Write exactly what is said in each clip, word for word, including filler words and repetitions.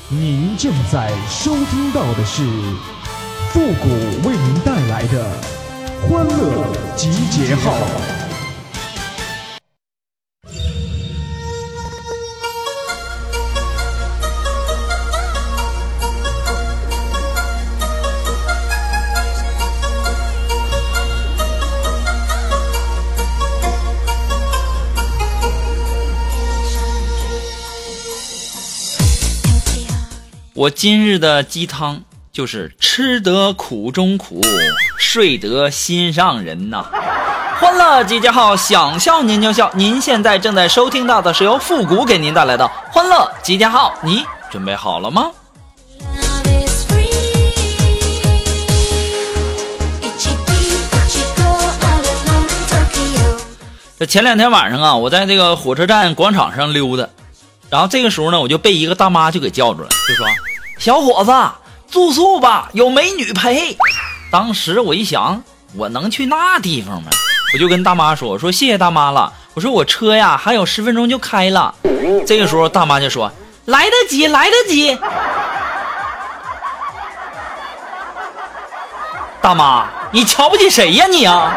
您正在收听到的是复古为您带来的欢乐集结号。 我今日的鸡汤就是吃得苦中苦，睡得心上人呐、啊。欢乐集结号，想笑您就笑。您现在正在收听到的是由复古给您带来的欢乐集结号，你准备好了吗？这前两天晚上啊，我在这个火车站广场上溜达，然后这个时候呢，我就被一个大妈就给叫住了，就说：“小伙子，住宿吧，有美女陪。”当时我一想，我能去那地方吗？我就跟大妈说：“我说谢谢大妈了，我说我车呀还有十分钟就开了。”这个时候大妈就说：“来得及，来得及。”大妈，你瞧不起谁呀你啊？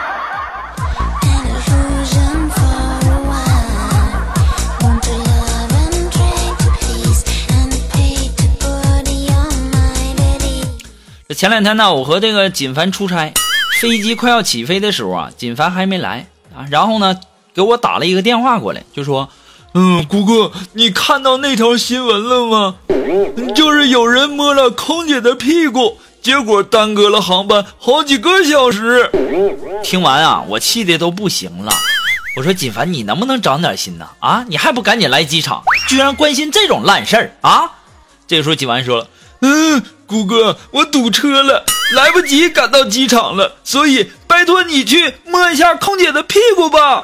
前两天呢，我和这个锦凡出差，飞机快要起飞的时候啊，锦凡还没来啊，然后呢给我打了一个电话过来，就说：“嗯，谷哥，你看到那条新闻了吗？就是有人摸了空姐的屁股，结果耽搁了航班好几个小时。”听完啊，我气的都不行了。我说：“锦凡，你能不能长点心呢？啊，你还不赶紧来机场，居然关心这种烂事儿啊！”这个时候锦凡说了：“嗯，谷哥，我堵车了，来不及赶到机场了，所以拜托你去摸一下空姐的屁股吧。”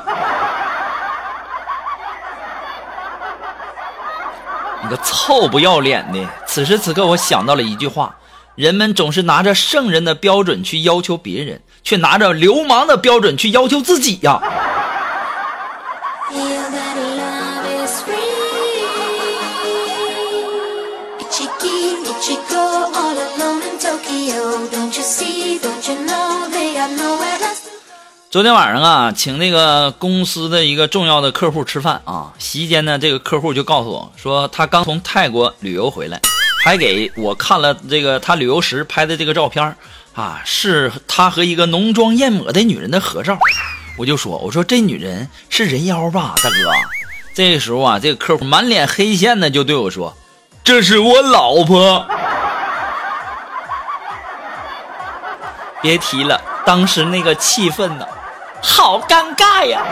你个臭不要脸的！此时此刻我想到了一句话：人们总是拿着圣人的标准去要求别人，却拿着流氓的标准去要求自己呀。昨天晚上啊，请那个公司的一个重要的客户吃饭啊，席间呢，这个客户就告诉我说，他刚从泰国旅游回来，还给我看了这个他旅游时拍的这个照片啊，是他和一个浓妆艳抹的女人的合照。我就说，我说这女人是人妖吧，大哥？这个时候啊，这个客户满脸黑线的就对我说：“这是我老婆。”别提了，当时那个气氛呢，好尴尬呀！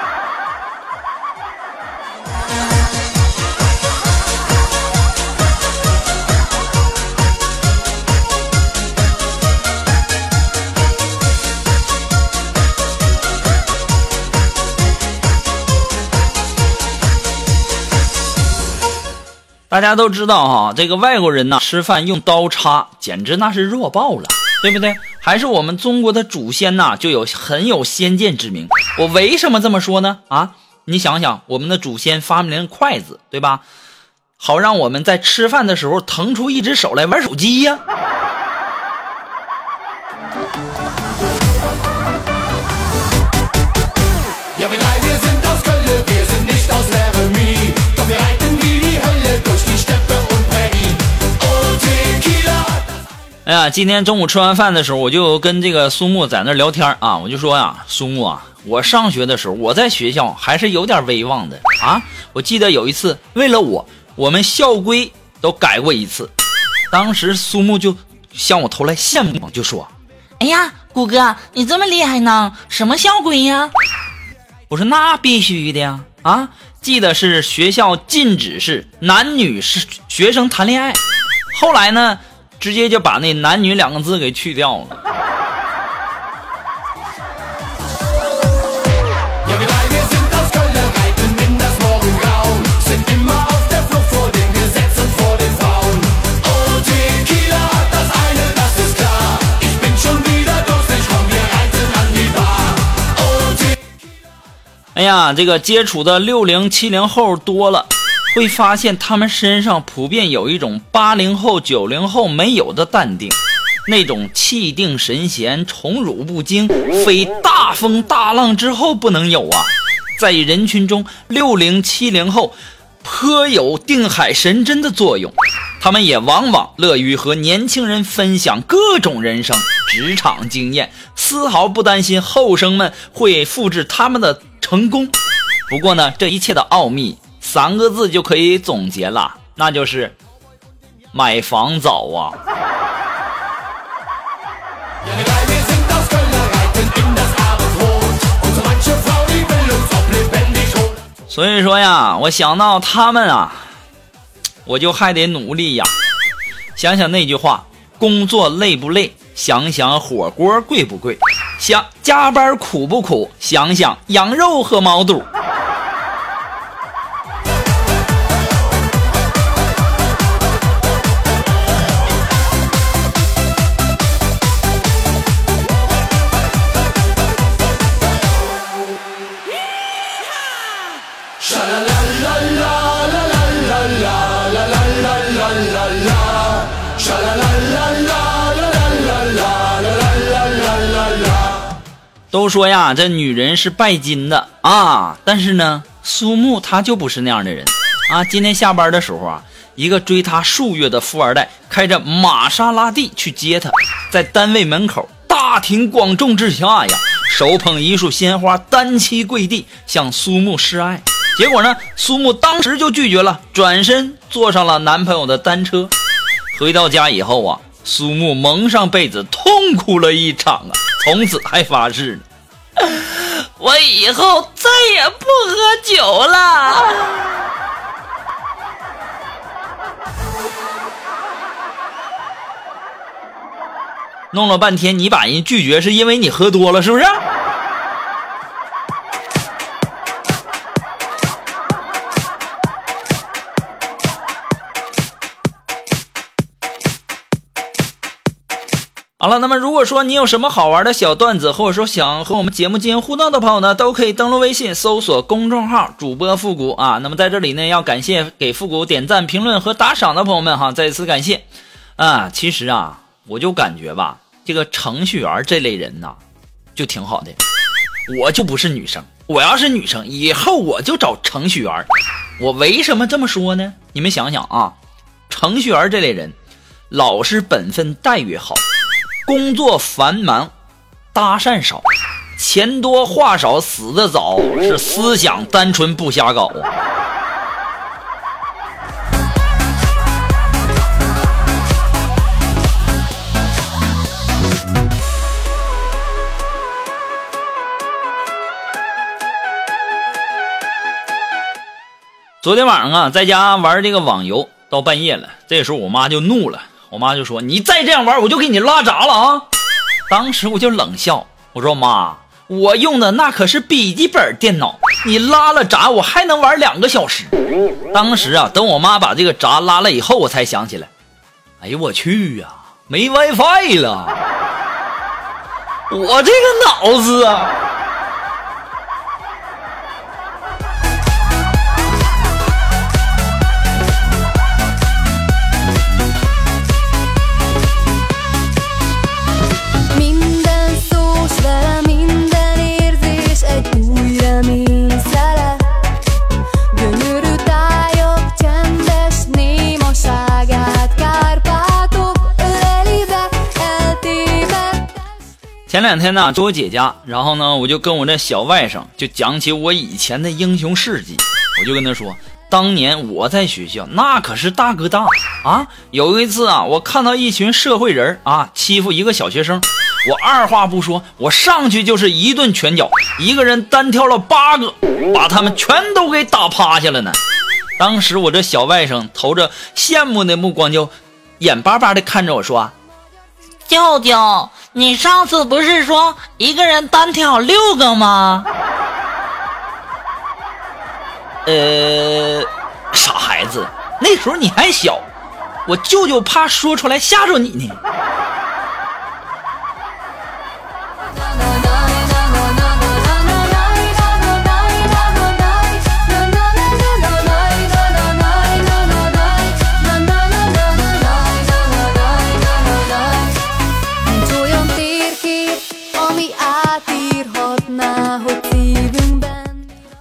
大家都知道哈，这个外国人呢吃饭用刀叉，简直那是弱爆了，对不对？还是我们中国的祖先呐就有很有先见之明。我为什么这么说呢？啊，你想想，我们的祖先发明了筷子，对吧？好让我们在吃饭的时候腾出一只手来玩手机呀。哎呀，今天中午吃完饭的时候，我就跟这个苏木在那聊天啊，我就说呀，苏木啊，我上学的时候，我在学校还是有点威望的啊。我记得有一次，为了我，我们校规都改过一次。当时苏木就向我投来羡慕，就说：“哎呀，谷哥，你这么厉害呢？什么校规呀？”我说：“那必须的呀，啊，记得是学校禁止是男女是学生谈恋爱。后来呢？”直接就把那男女两个字给去掉了。哎呀，这个接触的六零七零后多了， 会发现他们身上普遍有一种八零后九零后没有的淡定，那种气定神闲宠辱不惊非大风大浪之后不能有啊。在人群中六零七零后颇有定海神针的作用，他们也往往乐于和年轻人分享各种人生职场经验，丝毫不担心后生们会复制他们的成功。不过呢，这一切的奥秘三个字就可以总结了，那就是买房早啊。所以说呀，我想到他们啊，我就还得努力呀。想想那句话，工作累不累，想想火锅贵不贵，想加班苦不苦，想想羊肉和毛肚。都说呀，这女人是拜金的啊，但是呢，苏木她就不是那样的人啊。今天下班的时候啊，一个追她数月的富二代开着玛莎拉蒂去接她，在单位门口大庭广众之下呀，手捧一束鲜花，单膝跪地向苏木示爱。结果呢，苏木当时就拒绝了，转身坐上了男朋友的单车。回到家以后啊，苏木蒙上被子痛哭了一场啊，从此还发誓呢，我以后再也不喝酒了。弄了半天，你把人拒绝是因为你喝多了，是不是？好了，那么如果说你有什么好玩的小段子，或者说想和我们节目进行互动的朋友呢，都可以登录微信搜索公众号主播复古啊。那么在这里呢，要感谢给复古点赞评论和打赏的朋友们哈，再一次感谢啊。其实啊，我就感觉吧，这个程序员这类人呐就挺好的。我就不是女生，我要是女生以后我就找程序员。我为什么这么说呢？你们想想啊，程序员这类人老实本分，待遇好，工作繁忙，搭讪少，钱多话少，死得早，是思想单纯不瞎搞啊。昨天晚上啊，在家玩这个网游到半夜了，这时候我妈就怒了，我妈就说：“你再这样玩，我就给你拉闸了啊！”当时我就冷笑，我说：“妈，我用的那可是笔记本电脑，你拉了闸，我还能玩两个小时。”当时啊，等我妈把这个闸拉了以后，我才想起来，哎呦我去呀、啊，没 WiFi 了，我这个脑子啊！前两天呢，去我姐家，然后呢，我就跟我这小外甥就讲起我以前的英雄事迹。我就跟他说，当年我在学校那可是大哥大啊！有一次啊，我看到一群社会人啊欺负一个小学生，我二话不说，我上去就是一顿拳脚，一个人单挑了八个，把他们全都给打趴下了呢。当时我这小外甥投着羡慕的目光，就眼巴巴的看着我说：“舅舅，你上次不是说一个人单挑六个吗？”呃，傻孩子，那时候你还小，我舅舅怕说出来吓着你呢。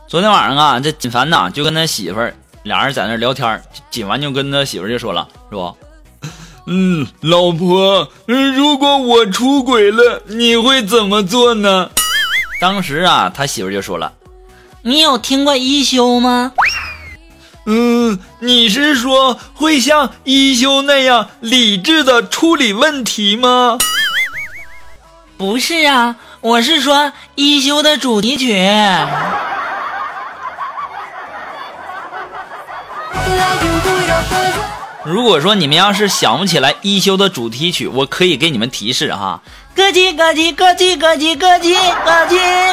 昨天晚上啊，这锦凡呐就跟他媳妇儿俩人在那聊天，锦凡就跟他媳妇儿就说了，说，嗯，老婆，如果我出轨了，你会怎么做呢？当时啊，他媳妇儿就说了， 你有听过一休吗？ 嗯，你是说会像一休那样理智的处理问题吗？ 不是啊，我是说一休的主题曲。 如果说你们要是想不起来一休的主题曲，我可以给你们提示哈， 咯叽咯叽咯叽咯叽咯叽咯叽。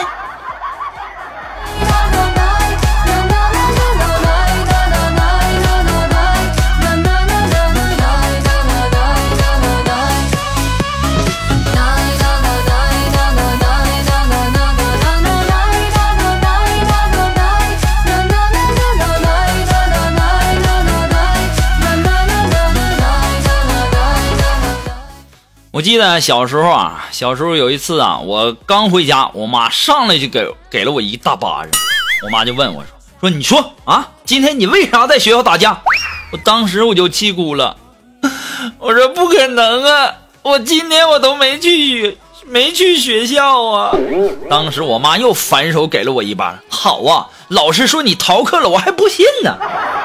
我记得小时候啊，小时候有一次啊，我刚回家，我妈上来就给给了我一大巴掌。我妈就问我说：“说你说啊，今天你为啥在学校打架？”我当时我就气哭了，我说不可能啊，我今天我都没去学没去学校啊。当时我妈又反手给了我一巴掌。好啊，老师说你逃课了，我还不信呢。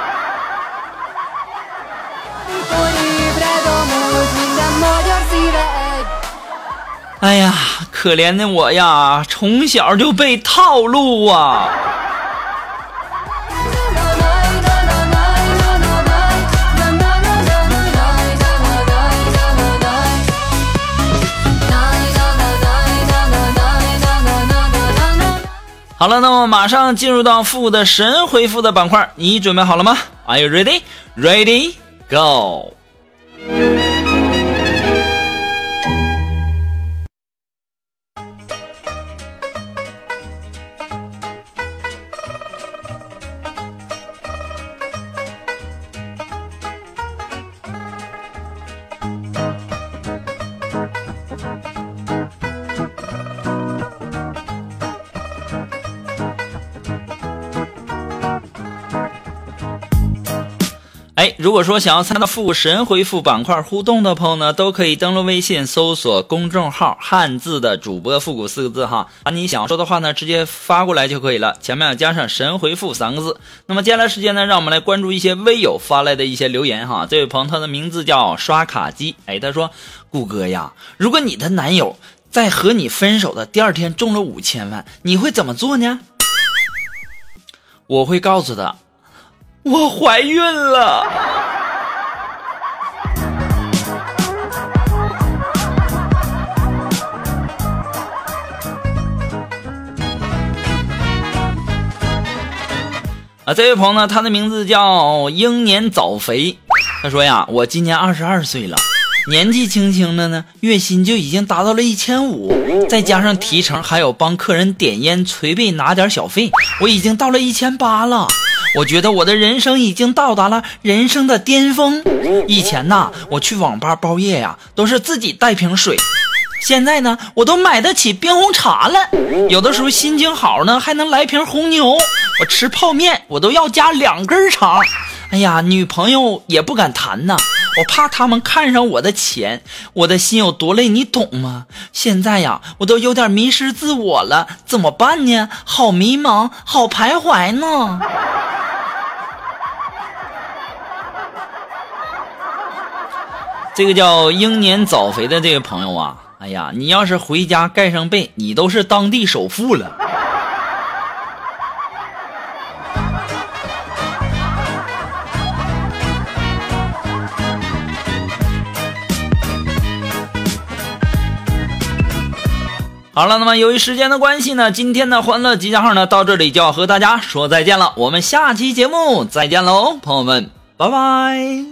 哎呀，可怜的我呀，从小就被套路啊！好了，那么马上进入到复古的神回复的板块，你准备好了吗？ Are you ready? Ready? Go! 哎，如果说想要参加复古神回复板块互动的朋友呢，都可以登录微信搜索公众号汉字的主播复古四个字哈，把你想说的话呢直接发过来就可以了，前面要加上神回复三个字。那么接下来时间呢，让我们来关注一些微友发来的一些留言哈。这位朋友他的名字叫刷卡机，哎，他说顾哥呀，如果你的男友在和你分手的第二天中了五千万，你会怎么做呢？我会告诉他，我怀孕了。啊，这位朋友呢，他的名字叫英年早肥。他说呀，我今年二十二岁了，年纪轻轻的呢，月薪就已经达到了一千五，再加上提成，还有帮客人点烟、捶背拿点小费，我已经到了一千八了。我觉得我的人生已经到达了人生的巅峰。以前呐，我去网吧包夜呀，都是自己带瓶水，现在呢，我都买得起冰红茶了。有的时候心情好呢，还能来瓶红牛。我吃泡面，我都要加两根肠。哎呀，女朋友也不敢谈呐，我怕他们看上我的钱，我的心有多累，你懂吗？现在呀，我都有点迷失自我了，怎么办呢？好迷茫，好徘徊呢。这个叫英年早肥的这位朋友啊，哎呀，你要是回家盖上被，你都是当地首富了。好了，那么由于时间的关系呢，今天的欢乐集结号呢到这里就要和大家说再见了，我们下期节目再见喽，朋友们，拜拜。